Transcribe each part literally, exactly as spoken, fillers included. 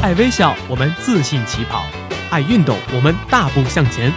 爱微笑，我们自信起跑；爱运动，我们大步向前。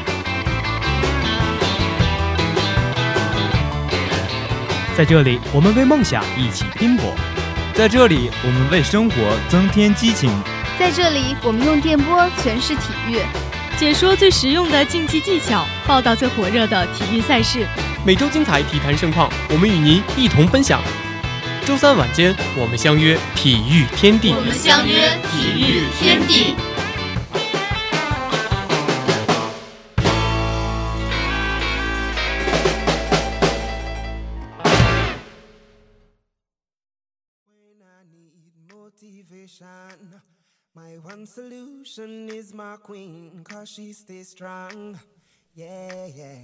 在这里，我们为梦想一起拼搏； 在这里，我们为生活增添激情； 在这里，我们用电波诠释体育， 解说最实用的竞技技巧，报道最火热的体育赛事。 每周精彩体坛盛况，我们与您一同分享。周三晚间，我们相约体育天地。 我们相约体育天地。 My one solution is my queen, cause she stays strong. Yeah,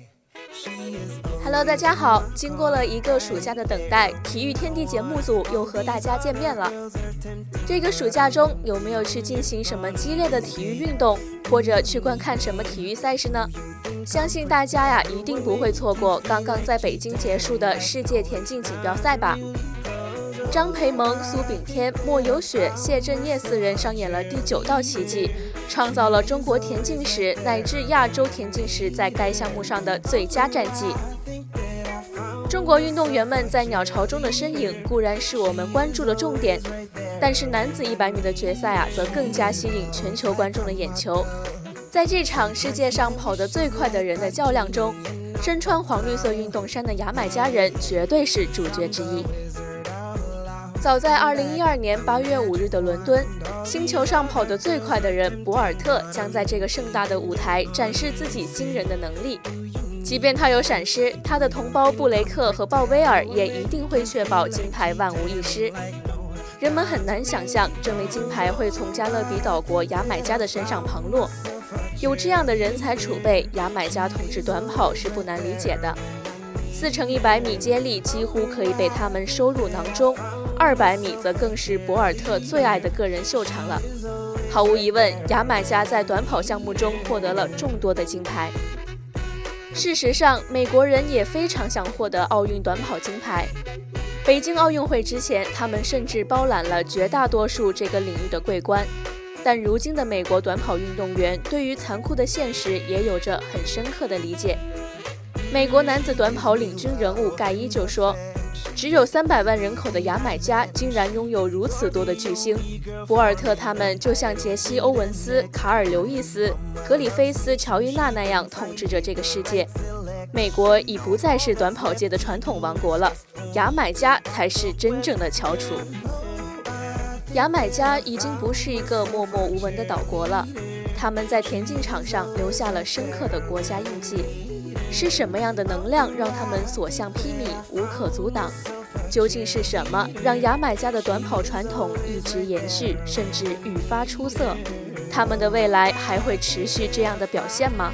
yeah.Hello， 大家好！经过了一个暑假的等待，体育天地节目组又和大家见面了。这个暑假中有没有去进行什么激烈的体育运动，或者去观看什么体育赛事呢？相信大家呀，一定不会错过刚刚在北京结束的世界田径锦标赛吧。张培萌、苏炳添、莫有雪、谢震业四人上演了第九道奇迹，创造了中国田径史乃至亚洲田径史在该项目上的最佳战绩。中国运动员们在鸟巢中的身影固然是我们关注的重点，但是男子一百米的决赛啊，则更加吸引全球观众的眼球。在这场世界上跑得最快的人的较量中，身穿黄绿色运动衫的牙买加人绝对是主角之一。早在二零一二年八月五日的伦敦，星球上跑得最快的人博尔特将在这个盛大的舞台展示自己惊人的能力。即便他有闪失，他的同胞布雷克和鲍威尔也一定会确保金牌万无一失。人们很难想象这枚金牌会从加勒比岛国牙买加的身上旁落。有这样的人才储备，牙买加统治短跑是不难理解的。四乘一百米接力几乎可以被他们收入囊中，二百米则更是博尔特最爱的个人秀场了。毫无疑问，牙买加在短跑项目中获得了众多的金牌。事实上，美国人也非常想获得奥运短跑金牌。北京奥运会之前，他们甚至包揽了绝大多数这个领域的桂冠。但如今的美国短跑运动员对于残酷的现实也有着很深刻的理解。美国男子短跑领军人物盖伊就说，只有三百万人口的牙买加竟然拥有如此多的巨星，博尔特他们就像杰西·欧文斯、卡尔·刘易斯、格里菲斯、乔伊娜那样统治着这个世界。美国已不再是短跑界的传统王国了，牙买加才是真正的翘楚。牙买加已经不是一个默默无闻的岛国了，他们在田径场上留下了深刻的国家印记。是什么样的能量让他们所向披靡，无可阻挡？究竟是什么让牙买加的短跑传统一直延续，甚至愈发出色？他们的未来还会持续这样的表现吗？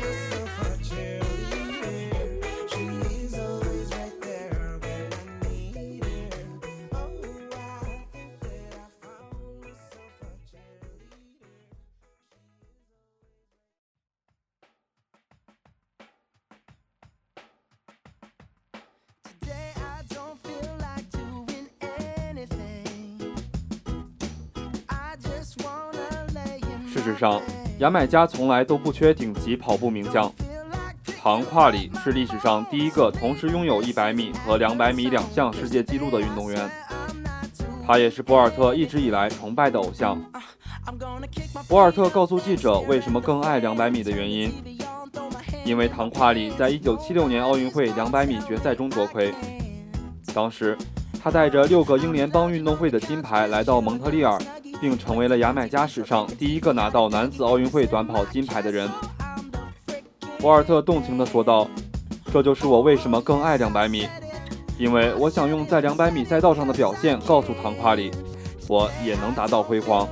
事实上，牙买加从来都不缺顶级跑步名将。唐跨里是历史上第一个同时拥有一百米和两百米两项世界纪录的运动员，他也是博尔特一直以来崇拜的偶像。博尔特告诉记者为什么更爱两百米的原因，因为唐跨里在一九七六年奥运会两百米决赛中夺魁，当时他带着六个英联邦运动会的金牌来到蒙特利尔，并成为了牙买加史上第一个拿到男子奥运会短跑金牌的人。博尔特动情地说道，这就是我为什么更爱两百米，因为我想用在两百米赛道上的表现告诉唐跨里，我也能达到辉煌。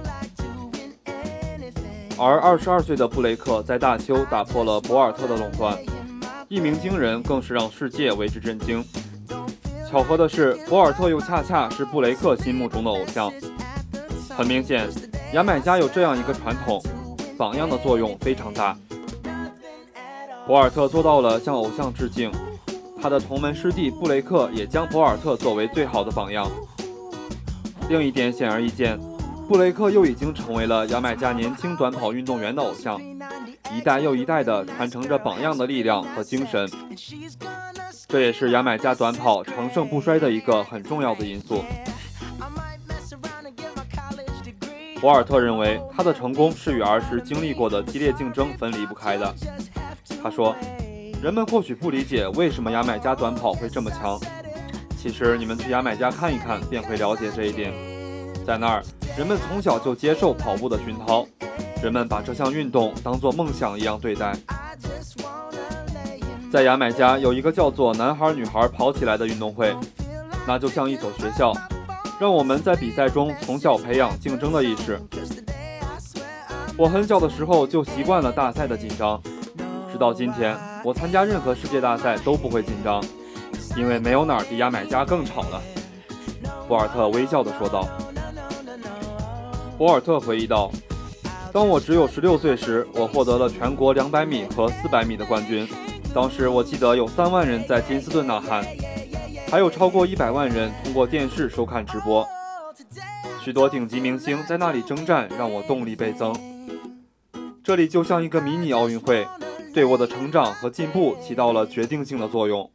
而二十二岁的布雷克在大邱打破了博尔特的垄断，一鸣惊人，更是让世界为之震惊。巧合的是，博尔特又恰恰是布雷克心目中的偶像。很明显，牙买加有这样一个传统，榜样的作用非常大。博尔特做到了向偶像致敬，他的同门师弟布雷克也将博尔特作为最好的榜样。另一点显而易见， 布雷克又已经成为了牙买加年轻短跑运动员的偶像，一代又一代地传承着榜样的力量和精神。这也是牙买加短跑长盛不衰的一个很重要的因素。博尔特认为，他的成功是与儿时经历过的激烈竞争分离不开的。他说，人们或许不理解为什么牙买加短跑会这么强，其实你们去牙买加看一看便会了解这一点。在那儿，人们从小就接受跑步的熏陶，人们把这项运动当作梦想一样对待。在牙买加有一个叫做男孩女孩跑起来的运动会，那就像一所学校，让我们在比赛中从小培养竞争的意识。我很小的时候就习惯了大赛的紧张，直到今天，我参加任何世界大赛都不会紧张，因为没有哪儿比牙买加更吵了。博尔特微笑地说道。博尔特回忆道，当我只有十六岁时，我获得了全国两百米和四百米的冠军。当时我记得有三万人在金斯顿呐喊，还有超过一百万人通过电视收看直播，许多顶级明星在那里征战，让我动力倍增。这里就像一个迷你奥运会，对我的成长和进步起到了决定性的作用。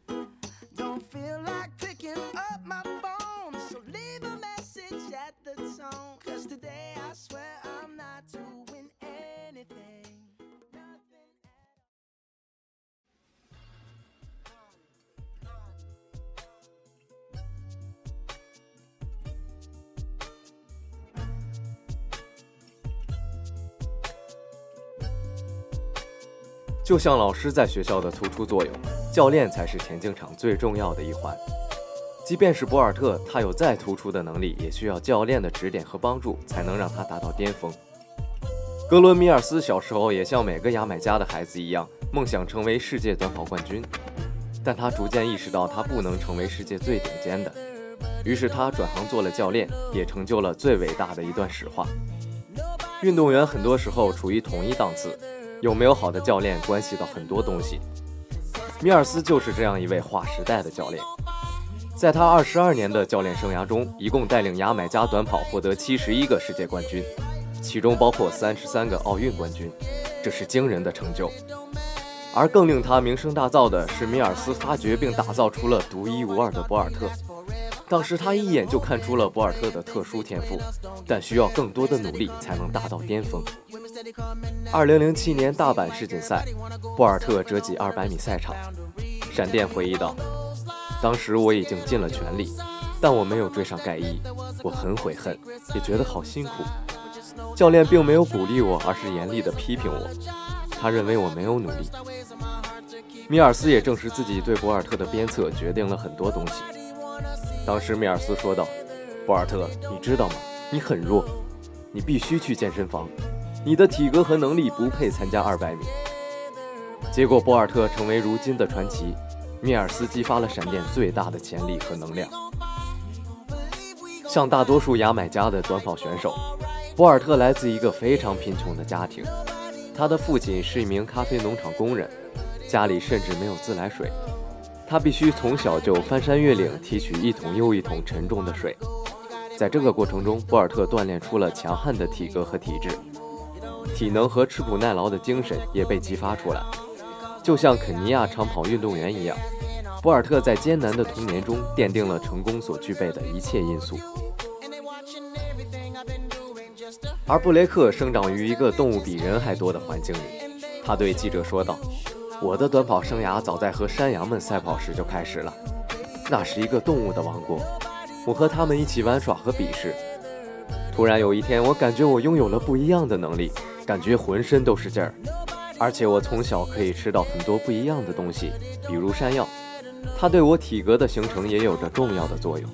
就像老师在学校的突出作用，教练才是田径场最重要的一环。即便是博尔特，他有再突出的能力，也需要教练的指点和帮助，才能让他达到巅峰。格伦米尔斯小时候也像每个牙买加的孩子一样，梦想成为世界短跑冠军，但他逐渐意识到他不能成为世界最顶尖的，于是他转行做了教练，也成就了最伟大的一段史话。运动员很多时候处于同一档次，有没有好的教练关系到很多东西。米尔斯就是这样一位划时代的教练，在他二十二年的教练生涯中，一共带领牙买加短跑获得七十一个世界冠军，其中包括三十三个奥运冠军，这是惊人的成就。而更令他名声大噪的是，米尔斯发掘并打造出了独一无二的博尔特。当时他一眼就看出了博尔特的特殊天赋，但需要更多的努力才能达到巅峰。二零零七年大阪世锦赛，博尔特折戟二百米赛场，闪电回忆道，当时我已经尽了全力，但我没有追上盖伊，我很悔恨，也觉得好辛苦。教练并没有鼓励我，而是严厉地批评我，他认为我没有努力。米尔斯也正是自己对博尔特的鞭策决定了很多东西。当时米尔斯说道，博尔特，你知道吗？你很弱，你必须去健身房，你的体格和能力不配参加二百米。结果博尔特成为如今的传奇，米尔斯激发了闪电最大的潜力和能量。像大多数牙买加的短跑选手，博尔特来自一个非常贫穷的家庭，他的父亲是一名咖啡农场工人，家里甚至没有自来水，他必须从小就翻山越岭提取一桶又一桶沉重的水。在这个过程中，博尔特锻炼出了强悍的体格和体质，体能和吃苦耐劳的精神也被激发出来。就像肯尼亚长跑运动员一样，博尔特在艰难的童年中奠定了成功所具备的一切因素。而布雷克生长于一个动物比人还多的环境里，他对记者说道，我的短跑生涯早在和山羊们赛跑时就开始了，那是一个动物的王国，我和他们一起玩耍和比试。突然有一天，我感觉我拥有了不一样的能力，感觉浑身都是劲儿，而且我从小可以吃到很多不一样的东西，比如山药，它对我体格的形成也有着重要的作用。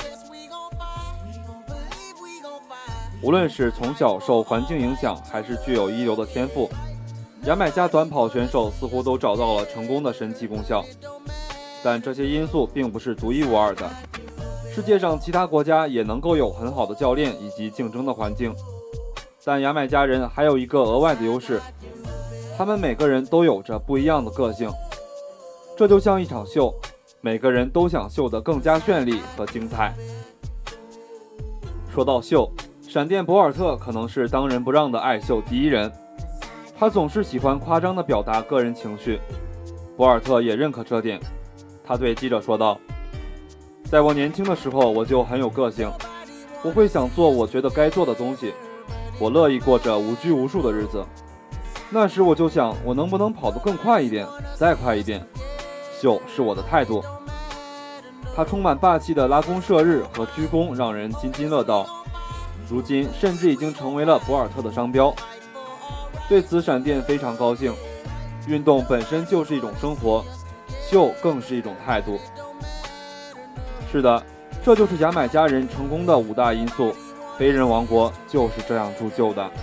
无论是从小受环境影响，还是具有一流的天赋，牙买加短跑选手似乎都找到了成功的神奇功效。但这些因素并不是独一无二的，世界上其他国家也能够有很好的教练以及竞争的环境，但牙买加人还有一个额外的优势，他们每个人都有着不一样的个性。这就像一场秀，每个人都想秀得更加绚丽和精彩。说到秀， 闪电博尔特可能是当仁不让的爱秀第一人，他总是喜欢夸张地表达个人情绪。博尔特也认可这点，他对记者说道：在我年轻的时候，我就很有个性，我会想做我觉得该做的东西，我乐意过着无拘无束的日子。那时我就想，我能不能跑得更快一点，再快一点，秀是我的态度。他充满霸气的拉弓射日和鞠躬让人津津乐道，如今甚至已经成为了博尔特的商标。对此，闪电非常高兴。运动本身就是一种生活，秀更是一种态度。是的，这就是牙买加人成功的五大因素，黑人王国就是这样铸就的。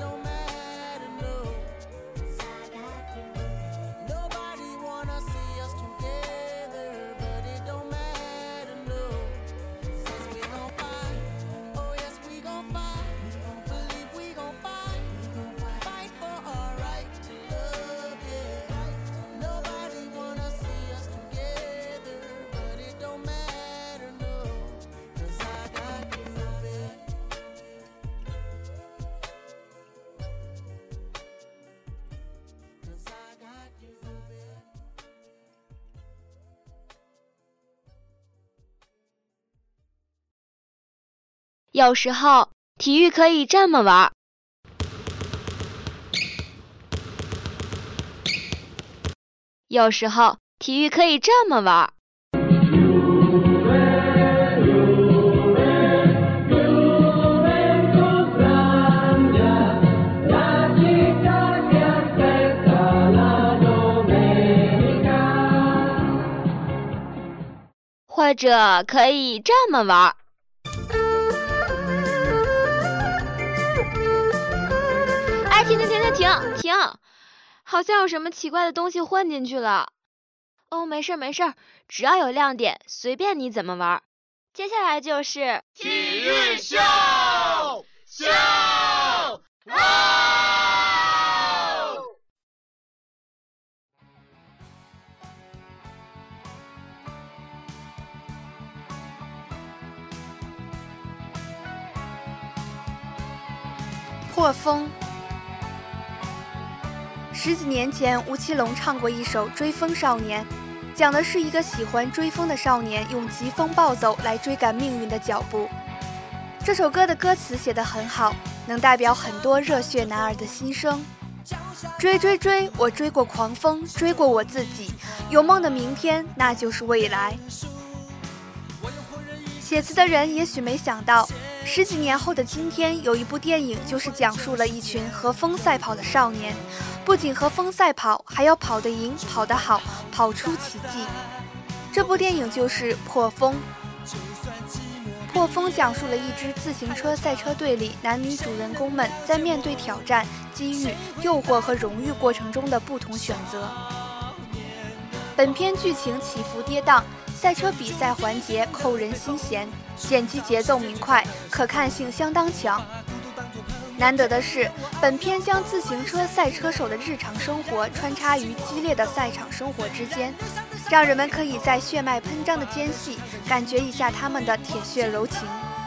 有时候体育可以这么玩，有时候体育可以这么玩。或者可以这么玩。哎，停停停停停停！好像有什么奇怪的东西混进去了。哦，没事没事，只要有亮点，随便你怎么玩。接下来就是体育秀秀哦！ 破风。十几年前，吴奇隆唱过一首《追风少年》，讲的是一个喜欢追风的少年用疾风暴走来追赶命运的脚步。这首歌的歌词写得很好，能代表很多热血男儿的心声。追追追，我追过狂风，追过我自己，有梦的明天，那就是未来。写词的人也许没想到，十几年后的今天，有一部电影就是讲述了一群和风赛跑的少年，不仅和风赛跑，还要跑得赢，跑得好，跑出奇迹。这部电影就是《破风》。《破风》讲述了一支自行车赛车队里男女主人公们在面对挑战、机遇、诱惑和荣誉过程中的不同选择。本片剧情起伏跌宕，赛车比赛环节扣人心弦，剪辑节奏明快，可看性相当强。难得的是，本片将自行车赛车手的日常生活穿插于激烈的赛场生活之间，让人们可以在血脉喷张的间隙感觉一下他们的铁血柔情。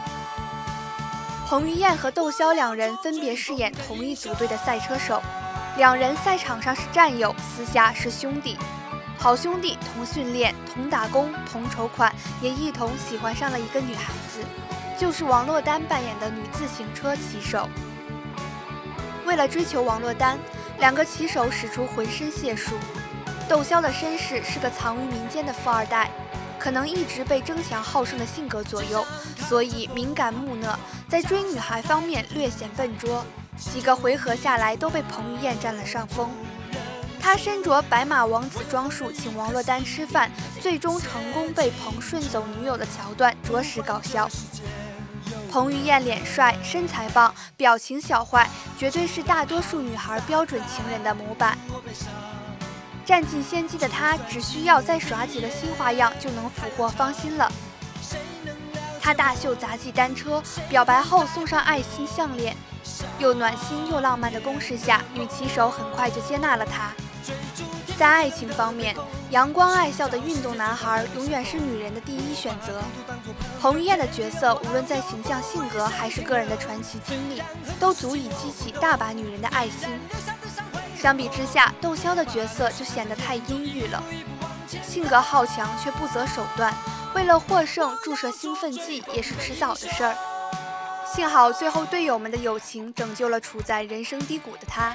彭于晏和窦骁两人分别饰演同一组队的赛车手，两人赛场上是战友，私下是兄弟。好兄弟，同训练，同打工，同筹款，也一同喜欢上了一个女孩子，就是王珞丹扮演的女自行车骑手。为了追求王珞丹，两个骑手使出浑身解数。窦骁的身世是个藏于民间的富二代，可能一直被争强好胜的性格左右，所以敏感木讷，在追女孩方面略显笨拙。几个回合下来，都被彭于晏占了上风。他身着白马王子装束请王珞丹吃饭，最终成功被彭顺走女友的桥段着实搞笑。彭于晏脸帅，身材棒，表情小坏，绝对是大多数女孩标准情人的模板。占尽先机的他，只需要再耍几个新花样就能俘获芳心了。他大秀杂技单车，表白后送上爱心项链，又暖心又浪漫的攻势下，女骑手很快就接纳了他。 在爱情方面，阳光爱笑的运动男孩永远是女人的第一选择。彭于晏的角色，无论在形象、性格还是个人的传奇经历，都足以激起大把女人的爱心。相比之下，窦骁的角色就显得太阴郁了，性格好强却不择手段，为了获胜注射兴奋剂也是迟早的事儿。幸好最后队友们的友情拯救了处在人生低谷的他。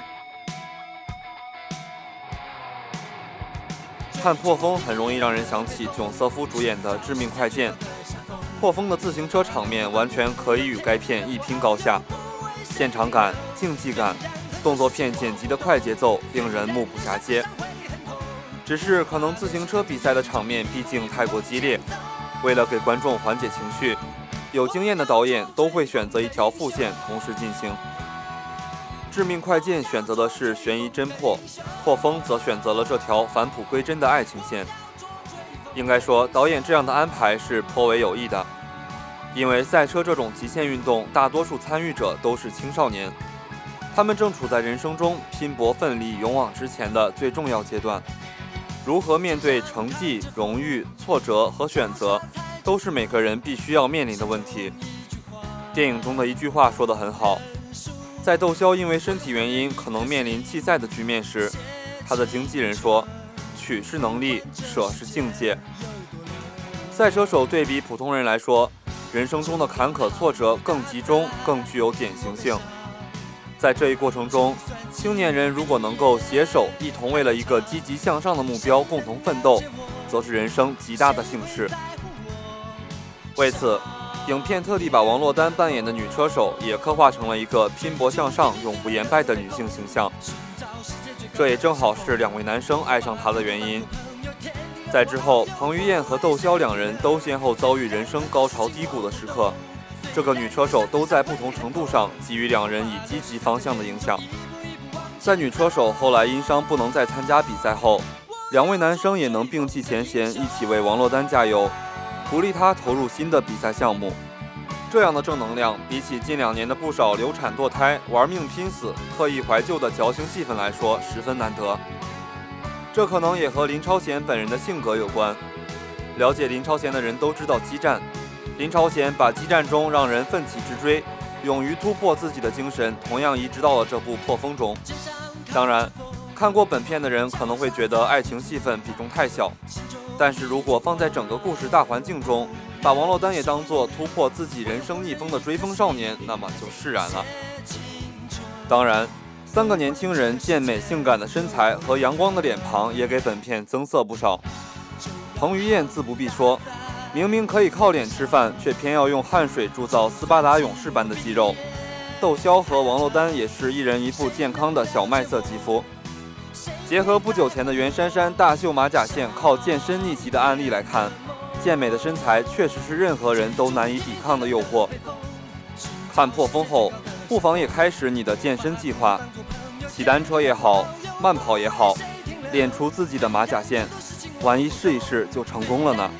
看破风很容易让人想起囧瑟夫主演的《致命快剑》，破风的自行车场面完全可以与该片一拼高下，现场感、竞技感、动作片剪辑的快节奏令人目不暇接。只是可能自行车比赛的场面毕竟太过激烈，为了给观众缓解情绪，有经验的导演都会选择一条副线同时进行。致命快剑选择的是悬疑侦破，破风则选择了这条返璞归真的爱情线。应该说，导演这样的安排是颇为有益的，因为赛车这种极限运动，大多数参与者都是青少年，他们正处在人生中拼搏奋力、勇往直前的最重要阶段。如何面对成绩、荣誉、挫折和选择，都是每个人必须要面临的问题。电影中的一句话说得很好，在窦骁因为身体原因可能面临弃赛的局面时，他的经纪人说：“取是能力，舍是境界。”赛车手对比普通人来说，人生中的坎坷挫折更集中，更具有典型性。在这一过程中，青年人如果能够携手一同为了一个积极向上的目标共同奋斗，则是人生极大的幸事。为此，影片特地把王珞丹扮演的女车手也刻画成了一个拼搏向上、永不言败的女性形象。这也正好是两位男生爱上她的原因。在之后，彭于晏和窦骁两人都先后遭遇人生高潮低谷的时刻，这个女车手都在不同程度上给予两人以积极方向的影响。在女车手后来因伤不能再参加比赛后，两位男生也能摒弃前嫌，一起为王珞丹加油，鼓励她投入新的比赛项目。这样的正能量，比起近两年的不少流产堕胎、玩命拼死、刻意怀旧的矫情戏份来说，十分难得。这可能也和林超贤本人的性格有关。了解林超贤的人都知道激战，林超贤把激战中让人奋起直追、勇于突破自己的精神，同样移植到了这部破风中。当然，看过本片的人可能会觉得爱情戏份比重太小，但是如果放在整个故事大环境中，把王珞丹也当作突破自己人生逆风的追风少年，那么就释然了。当然，三个年轻人健美性感的身材和阳光的脸庞也给本片增色不少。彭于晏自不必说，明明可以靠脸吃饭，却偏要用汗水铸造斯巴达勇士般的肌肉。窦骁和王珞丹也是一人一副健康的小麦色肌肤。结合不久前的袁姗姗大秀马甲线靠健身逆袭的案例来看，健美的身材确实是任何人都难以抵抗的诱惑。看破风后，不妨也开始你的健身计划，骑单车也好，慢跑也好，练出自己的马甲线，万一试一试就成功了呢？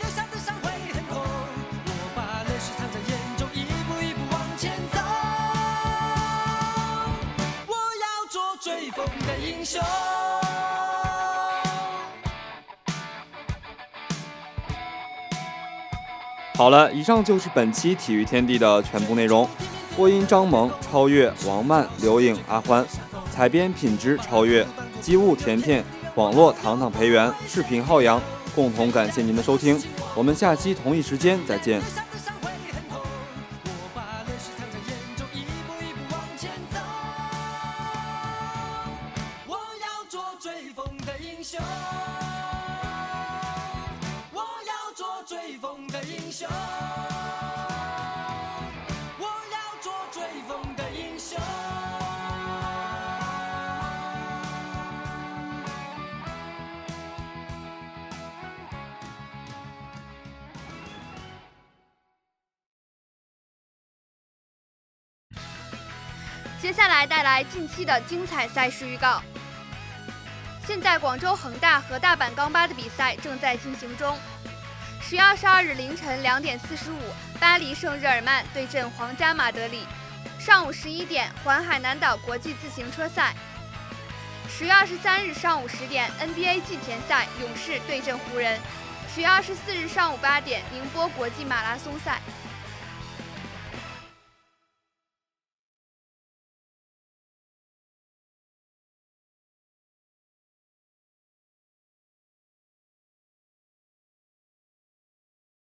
好了，以上就是本期体育天地的全部内容。播音张萌、超越、王曼、刘颖、阿欢，采编品质超越，机务甜甜，网络糖糖培元，视频浩洋，共同感谢您的收听，我们下期同一时间再见。 接下来带来近期的精彩赛事预告。现在广州恒大和大阪钢巴的比赛正在进行中。十月二十二日凌晨两点四十五，巴黎圣日耳曼对阵皇家马德里；上午十一点，环海南岛国际自行车赛。 十月二十三日上午十点 N B A 季前赛，勇士对阵湖人。十月二十四日上午八点，宁波国际马拉松赛。